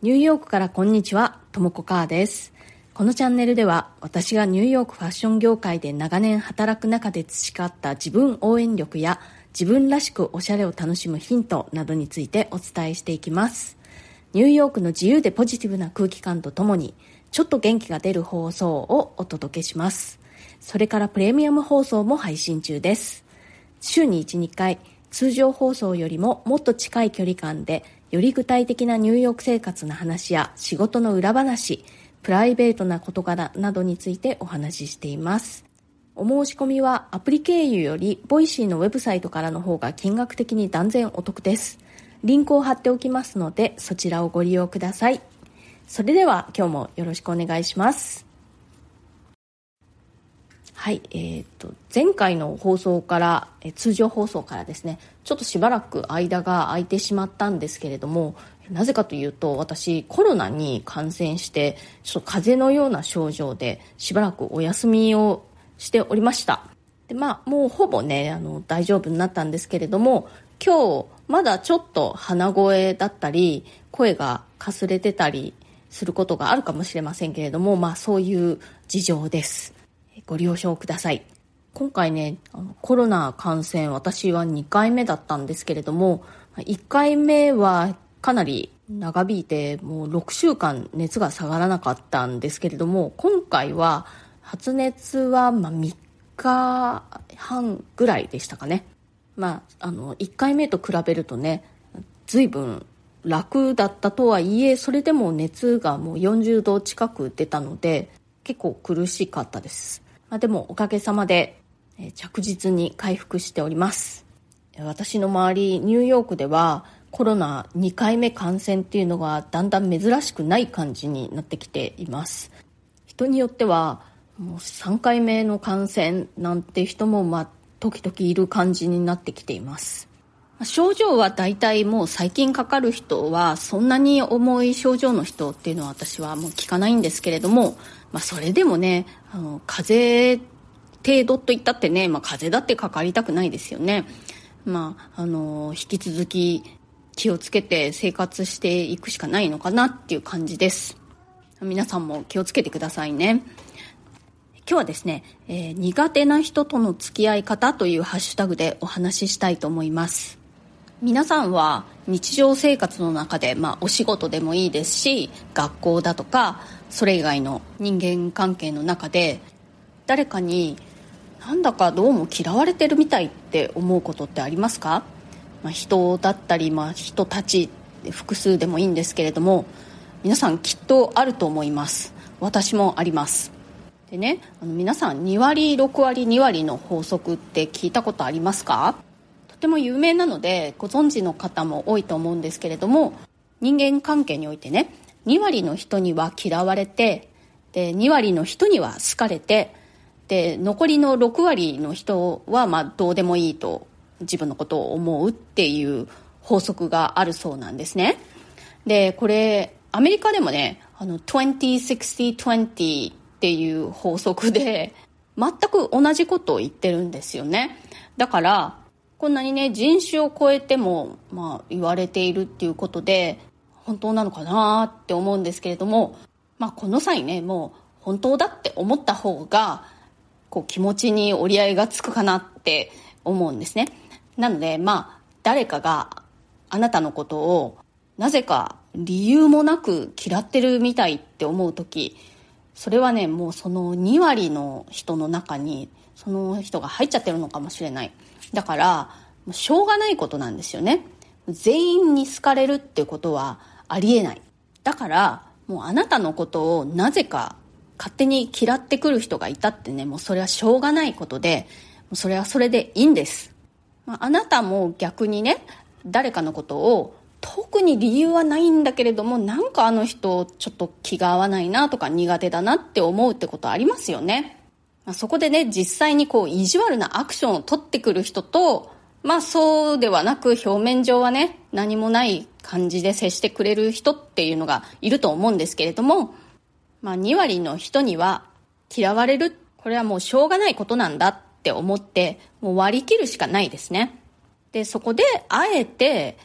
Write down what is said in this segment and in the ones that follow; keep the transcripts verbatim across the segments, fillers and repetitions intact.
ニューヨークからこんにちは、ともこかーです。このチャンネルでは私がニューヨークファッション業界で長年働く中で培った自分応援力や自分らしくおしゃれを楽しむヒントなどについてお伝えしていきます。ニューヨークの自由でポジティブな空気感とともにちょっと元気が出る放送をお届けします。それからプレミアム放送も配信中です。週にいち、にかい、通常放送よりももっと近い距離感でより具体的なニューヨーク生活の話や仕事の裏話、プライベートな事柄などについてお話ししています。お申し込みはアプリ経由よりボイシーのウェブサイトからの方が金額的に断然お得です。リンクを貼っておきますのでそちらをご利用ください。それでは今日もよろしくお願いします。はい、えー、と前回の放送からえ通常放送からですね、ちょっとしばらく間が空いてしまったんですけれども、なぜかというと私コロナに感染してちょっと風邪のような症状でしばらくお休みをしておりました。で、まあもうほぼねあの大丈夫になったんですけれども、今日まだちょっと鼻声だったり声がかすれてたりすることがあるかもしれませんけれども、まあそういう事情です。ご了承ください。今回ね、あのコロナ感染、私はにかいめだったんですけれども、いっかいめはかなり長引いてもうろくしゅうかん熱が下がらなかったんですけれども、今回は発熱はまあみっかはんぐらいでしたかね。まあ、あのいっかいめと比べるとね随分楽だったとはいえ、それでも熱がもうよんじゅうど近く出たので結構苦しかったです。まあ、でもおかげさまで、えー、着実に回復しております。私の周りニューヨークではコロナにかいめ感染っていうのがだんだん珍しくない感じになってきています。人によってはもうさんかいめの感染なんて人もまあ時々いる感じになってきています。症状はだいたいもう最近かかる人はそんなに重い症状の人っていうのは私はもう聞かないんですけれども、まあ、それでもねあの風邪程度と言ったってね、まあ、風邪だってかかりたくないですよね。まあ、あの引き続き気をつけて生活していくしかないのかなっていう感じです。皆さんも気をつけてくださいね。今日はですね、えー、苦手な人との付き合い方というハッシュタグでお話ししたいと思います。皆さんは日常生活の中で、まあ、お仕事でもいいですし、学校だとかそれ以外の人間関係の中で誰かになんだかどうも嫌われてるみたいって思うことってありますか？まあ、人だったり、まあ、人たち複数でもいいんですけれども、皆さんきっとあると思います。私もあります。でね、あの皆さんに割ろく割に割の法則って聞いたことありますか？とても有名なのでご存知の方も多いと思うんですけれども、人間関係においてねに割の人には嫌われて、でに割の人には好かれて、で残りのろく割の人はまあどうでもいいと自分のことを思うっていう法則があるそうなんですね。でこれアメリカでもねあのにじゅう、ろくじゅう、にじゅうっていう法則で全く同じことを言ってるんですよね。だからこんなにね人種を超えても、まあ、言われているっていうことで本当なのかなって思うんですけれども、まあ、この際ねもう本当だって思った方がこう気持ちに折り合いがつくかなって思うんですね。なのでまあ誰かがあなたのことをなぜか理由もなく嫌ってるみたいって思うとき、それはねもうそのに割の人の中にその人が入っちゃってるのかもしれない。だからしょうがないことなんですよね。全員に好かれるってことはありえない。だからもうあなたのことをなぜか勝手に嫌ってくる人がいたってね、もうそれはしょうがないことで、それはそれでいいんです。まあ、あなたも逆にね誰かのことを特に理由はないんだけれども、なんかあの人ちょっと気が合わないなとか苦手だなって思うってことありますよね。まあ、そこでね実際にこう意地悪なアクションを取ってくる人と、まあそうではなく表面上はね何もない感じで接してくれる人っていうのがいると思うんですけれども、まあに割の人には嫌われる、これはもうしょうがないことなんだって思ってもう割り切るしかないですね。でそこであえて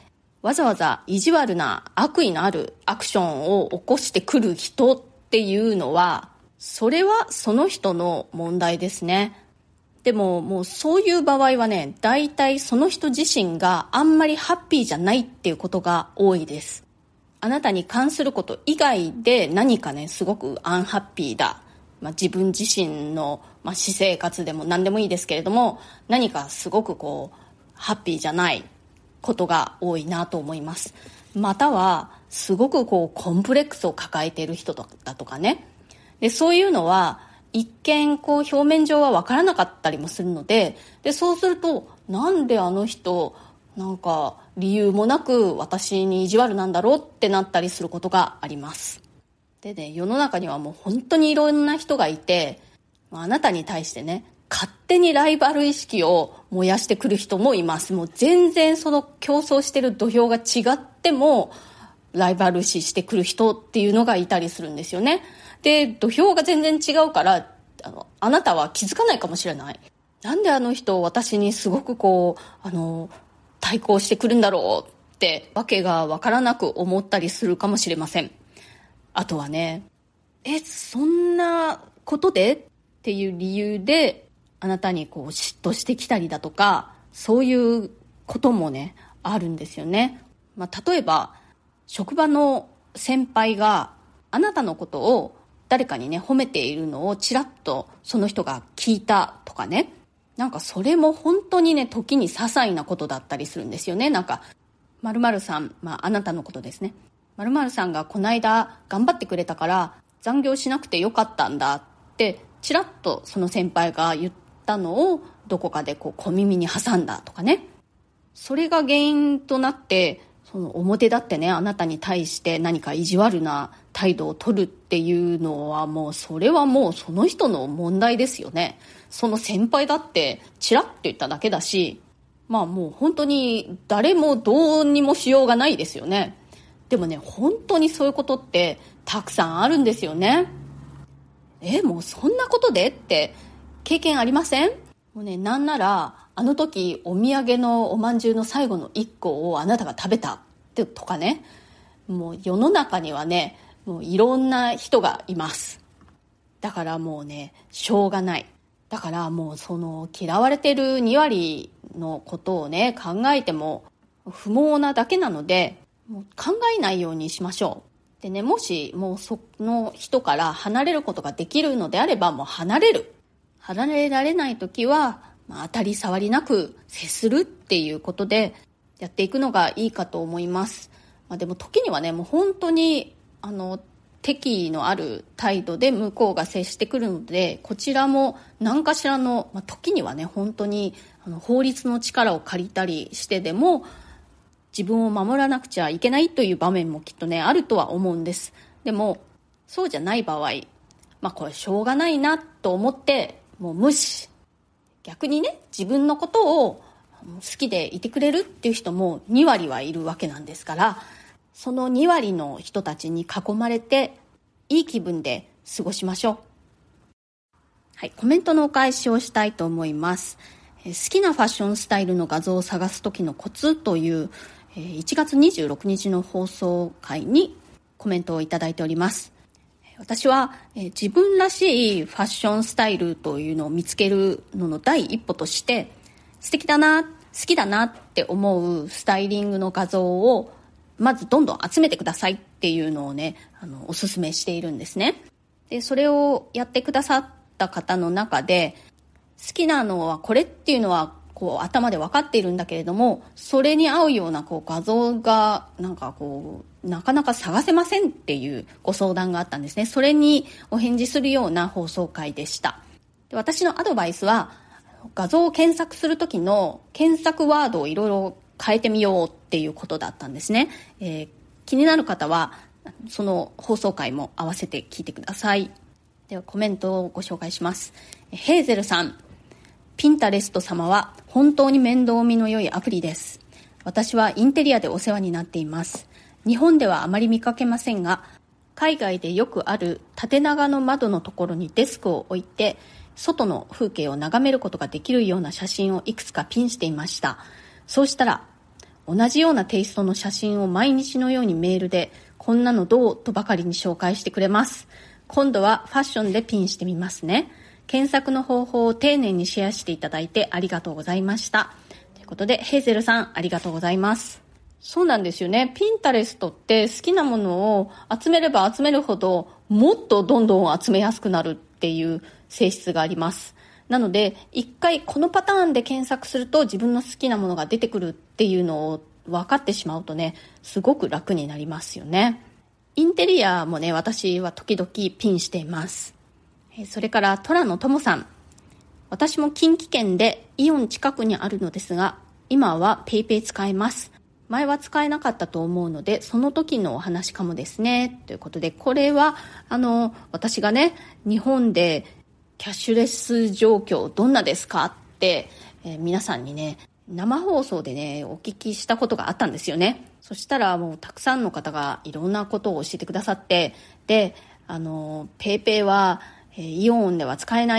わざわざ意地悪な悪意のあるアクションを起こしてくる人っていうのは、それはその人の問題ですね。でももうそういう場合はね、大体その人自身があんまりハッピーじゃないっていうことが多いです。あなたに関すること以外で何かね、すごくアンハッピーだ。まあ、自分自身の、まあ、私生活でも何でもいいですけれども、何かすごくこう、ハッピーじゃないことが多いなと思います。または、すごくこう、コンプレックスを抱えている人だとかね。で、そういうのは、一見こう表面上は分からなかったりもするので、でそうするとなんであの人なんか理由もなく私に意地悪なんだろうってなったりすることがあります。でね、世の中にはもう本当にいろんな人がいて、あなたに対してね、勝手にライバル意識を燃やしてくる人もいます。もう全然その競争してる土俵が違ってもライバル視してくる人っていうのがいたりするんですよね。で、土俵が全然違うから、あの、あなたは気づかないかもしれない。なんであの人、私にすごくこう、あの、対抗してくるんだろうって、わけがわからなく思ったりするかもしれません。あとはね、え、そんなことでっていう理由で、あなたにこう嫉妬してきたりだとか、そういうこともね、あるんですよね。まあ、例えば、職場の先輩があなたのことを誰かにね褒めているのをちらっとその人が聞いたとかね、なんかそれも本当にね時に些細なことだったりするんですよね。なんか〇〇さん、まああなたのことですね、〇〇さんがこの間頑張ってくれたから残業しなくてよかったんだってちらっとその先輩が言ったのをどこかでこう小耳に挟んだとかね、それが原因となってその表だってねあなたに対して何か意地悪な態度を取るっていうのはもうそれはもうその人の問題ですよね。その先輩だってチラッと言っただけだし、まあもう本当に誰もどうにもしようがないですよね。でもね本当にそういうことってたくさんあるんですよね。えもうそんなことでって経験ありません？もうね、なんならあの時お土産のおまんじゅうの最後のいっこをあなたが食べたってとかね、もう世の中にはねもういろんな人がいます。だからもうねしょうがない。だからもうその嫌われてるに割のことをね考えても不毛なだけなので、もう考えないようにしましょう。でね、もしもうその人から離れることができるのであればもう離れる。離れられないときは、まあ、当たり障りなく接するっていうことでやっていくのがいいかと思います。まあ、でも時にはねもう本当にあの敵意のある態度で向こうが接してくるので、こちらも何かしらの、まあ、時にはね本当にあの法律の力を借りたりしてでも自分を守らなくちゃいけないという場面もきっとねあるとは思うんです。でもそうじゃない場合、まあこれしょうがないなと思ってもう無視。逆にね自分のことを好きでいてくれるっていう人もに割はいるわけなんですから、そのに割の人たちに囲まれていい気分で過ごしましょう。はい、コメントのお返しをしたいと思います。え好きなファッションスタイルの画像を探す時のコツといういちがつにじゅうろくにちの放送回にコメントをいただいております。私は自分らしいファッションスタイルというのを見つけるのの第一歩として、素敵だな、好きだなって思うスタイリングの画像をまずどんどん集めてくださいっていうのをね、あのおすすめしているんですね。で、それをやってくださった方の中で、好きなのはこれっていうのはこう頭で分かっているんだけれども、それに合うようなこう画像がなんかこうなかなか探せませんっていうご相談があったんですね。それにお返事するような放送回でした。で、私のアドバイスは画像を検索する時の検索ワードをいろいろ変えてみようっていうことだったんですね。えー、気になる方はその放送回も合わせて聞いてください。ではコメントをご紹介します。ヘーゼルさん、ピンタレスト様は本当に面倒見の良いアプリです。私はインテリアでお世話になっています。日本ではあまり見かけませんが、海外でよくある縦長の窓のところにデスクを置いて外の風景を眺めることができるような写真をいくつかピンしていました。そうしたら同じようなテイストの写真を毎日のようにメールで、こんなのどうとばかりに紹介してくれます。今度はファッションでピンしてみますね。検索の方法を丁寧にシェアしていただいてありがとうございました。ということで、ヘイゼルさんありがとうございます。そうなんですよね。ピンタレストって好きなものを集めれば集めるほどもっとどんどん集めやすくなるっていう性質があります。なので一回このパターンで検索すると自分の好きなものが出てくるっていうのを分かってしまうとね、すごく楽になりますよね。インテリアもね、私は時々ピンしています。それから虎野友さん、私も近畿圏でイオン近くにあるのですが、今はペイペイ使えます。前は使えなかったと思うので、その時のお話かもですね。ということで、これはあの私がね、日本でキャッシュレス状況どんなですかって、えー、皆さんにね、生放送でねお聞きしたことがあったんですよね。そしたらもうたくさんの方がいろんなことを教えてくださって、で、あのペイペイは、えー、イオンでは使えない、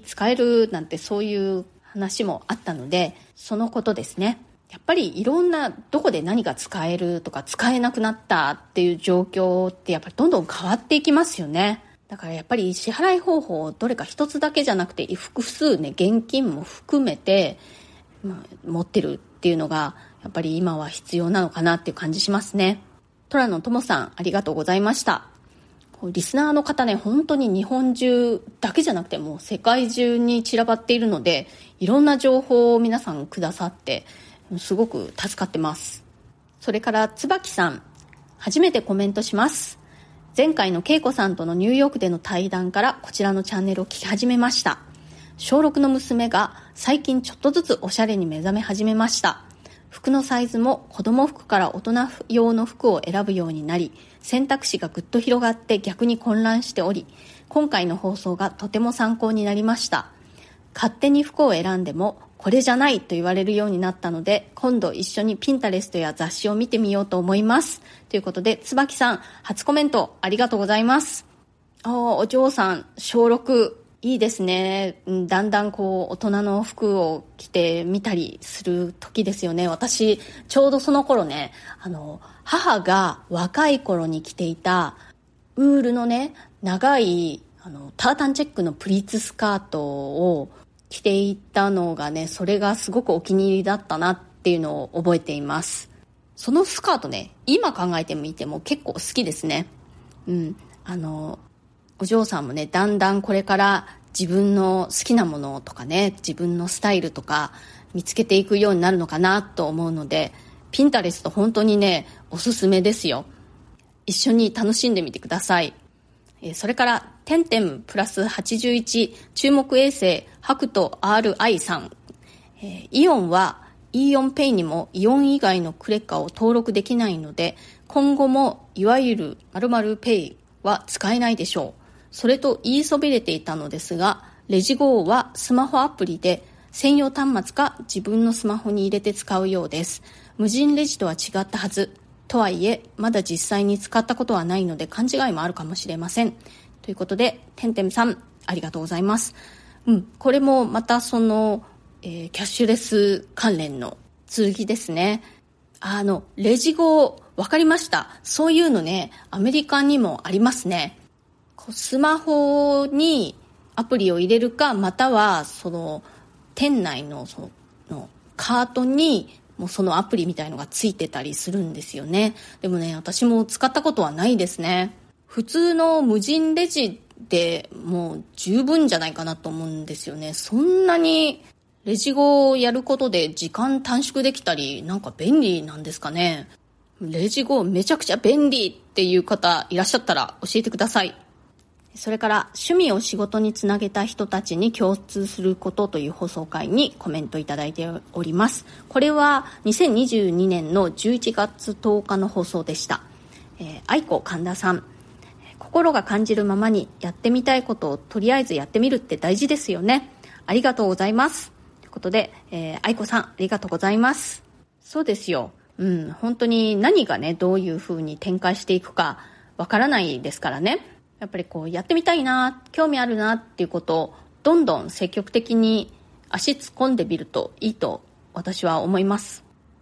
使えるなんてそういう話もあったので、そのことですね。やっぱりいろんな、どこで何が使えるとか使えなくなったっていう状況ってやっぱりどんどん変わっていきますよね。だからやっぱり支払い方法をどれか一つだけじゃなくて複数ね、現金も含めて、まあ、持ってるっていうのがやっぱり今は必要なのかなっていう感じしますね。虎野友さんありがとうございました。リスナーの方ね、本当に日本中だけじゃなくてもう世界中に散らばっているので、いろんな情報を皆さんくださってすごく助かってます。それから椿さん、初めてコメントします。前回の恵子さんとのニューヨークでの対談からこちらのチャンネルを聞き始めました。小ろくの娘が最近ちょっとずつおしゃれに目覚め始めました。服のサイズも子供服から大人用の服を選ぶようになり、選択肢がぐっと広がって逆に混乱しており、今回の放送がとても参考になりました。勝手に服を選んでもこれじゃないと言われるようになったので、今度一緒にピンタレストや雑誌を見てみようと思います。ということで、椿さん初コメントありがとうございます。あ、お嬢さん小ろくいいですね。だんだんこう大人の服を着てみたりする時ですよね。私ちょうどその頃ね、あの母が若い頃に着ていたウールのね、長いあのタータンチェックのプリーツスカートを着ていたのがね、それがすごくお気に入りだったなっていうのを覚えています。そのスカートね、今考えてみても結構好きですね。うん、あのお嬢さんもね、だんだんこれから自分の好きなものとかね、自分のスタイルとか見つけていくようになるのかなと思うので、ピンタレスト本当にね、おすすめですよ。一緒に楽しんでみてください。えー、それからテンテンプラスはちじゅういち注目衛星ハクト アールアイ さん、えー、イオンはイオンペイにもイオン以外のクレカを登録できないので、今後もいわゆる〇〇ペイは使えないでしょう。それと言いそびれていたのですが、レジ ゴー はスマホアプリで専用端末か自分のスマホに入れて使うようです。無人レジとは違ったはず。とはいえまだ実際に使ったことはないので勘違いもあるかもしれません。ということで、てんてんさんありがとうございます。うん、これもまたその、えー、キャッシュレス関連の続きですね。あのレジ ゴー わかりました。そういうのね、アメリカにもありますね。スマホにアプリを入れるか、またはその店内のそのカートにもうそのアプリみたいのがついてたりするんですよね。でもね、私も使ったことはないですね。普通の無人レジでもう十分じゃないかなと思うんですよね。そんなにレジ ゴー をやることで時間短縮できたり、なんか便利なんですかね。レジ ゴー めちゃくちゃ便利っていう方いらっしゃったら教えてください。それから趣味を仕事につなげた人たちに共通することという放送回にコメントいただいております。これはにせんにじゅうにねんのじゅういちがつとおかの放送でした。えー、愛子神田さん、心が感じるままにやってみたいことをとりあえずやってみるって大事ですよね。ありがとうございます。ということで、えー、愛子さんありがとうございます。そうですよ、うん、本当に何がね、どういう風に展開していくかわからないですからね。やっぱりこうやってみたいな、興味あるなっていうことをどんどん積極的に足突っ込んでみるといいと私は思います。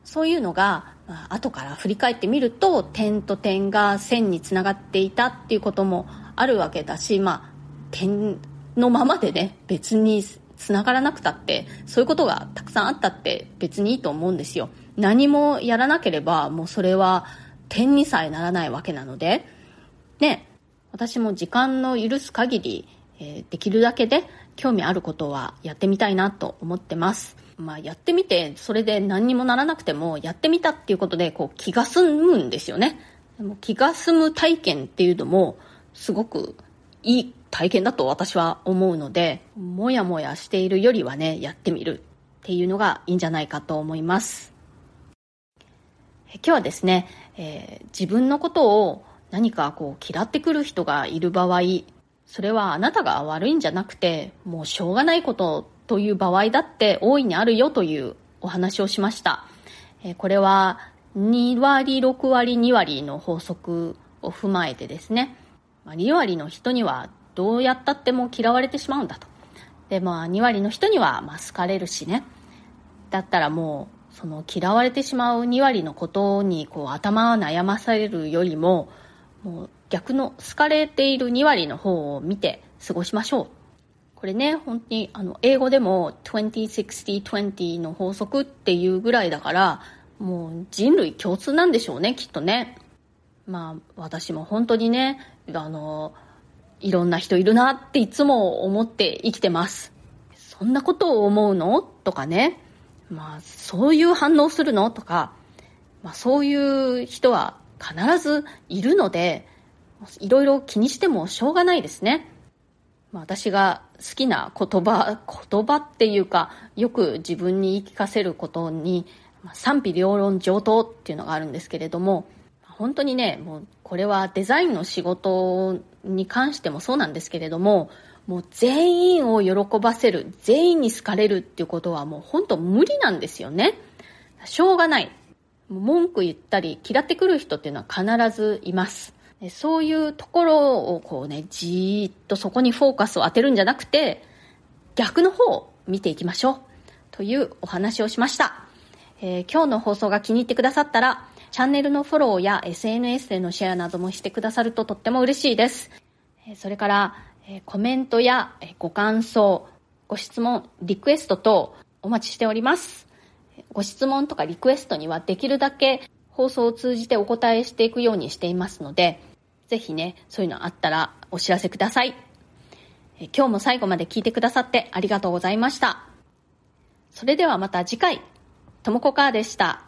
そういうのが、まあ、後から振り返ってみると点と点が線につながっていたっていうこともあるわけだし、まあ、点のままでね別につながらなくたってそういうことがたくさんあったって別にいいと思うんですよ。何もやらなければもうそれは点にさえならないわけなのでね。私も時間の許す限り、えー、できるだけで興味あることはやってみたいなと思ってます。まあ、やってみてそれで何にもならなくてもやってみたっていうことでこう気が済むんですよね。でも気が済む体験っていうのもすごくいい体験だと私は思うので、もやもやしているよりはねやってみるっていうのがいいんじゃないかと思います。今日はですね、えー、自分のことを何かこう嫌ってくる人がいる場合、それはあなたが悪いんじゃなくてもうしょうがないことという場合だって大いにあるよというお話をしました。えー、これはに割ろく割に割の法則を踏まえてですね、に割の人にはどうやったっても嫌われてしまうんだと。で、まあに割の人にはまあ好かれるしね。だったらもうその嫌われてしまうに割のことにこう頭を悩まされるよりも、もう逆の好かれているに割の方を見て過ごしましょう。これね、本当にあの英語でもにじゅう、ろくじゅう、にじゅうの法則っていうぐらいだから、もう人類共通なんでしょうね、きっとね。まあ私も本当にね、あのいろんな人いるなっていつも思って生きてます。そんなことを思うのとかね、まあそういう反応するのとか、まあそういう人は必ずいるので、いろいろ気にしてもしょうがないですね。まあ、私が好きな言葉言葉っていうかよく自分に言い聞かせることに、まあ、賛否両論上等っていうのがあるんですけれども、本当にね、もうこれはデザインの仕事に関してもそうなんですけれども、もう全員を喜ばせる、全員に好かれるっていうことはもう本当無理なんですよね。しょうがない。文句言ったり嫌ってくる人っていうのは必ずいます。そういうところをこうね、じーっとそこにフォーカスを当てるんじゃなくて、逆の方を見ていきましょうというお話をしました。えー、今日の放送が気に入ってくださったら、チャンネルのフォローや エスエヌエス でのシェアなどもしてくださるととっても嬉しいです。それからコメントやご感想、ご質問、リクエスト等お待ちしております。ご質問とかリクエストにはできるだけ放送を通じてお答えしていくようにしていますので、ぜひね、そういうのあったらお知らせください。今日も最後まで聞いてくださってありがとうございました。それではまた次回、ともこかーでした。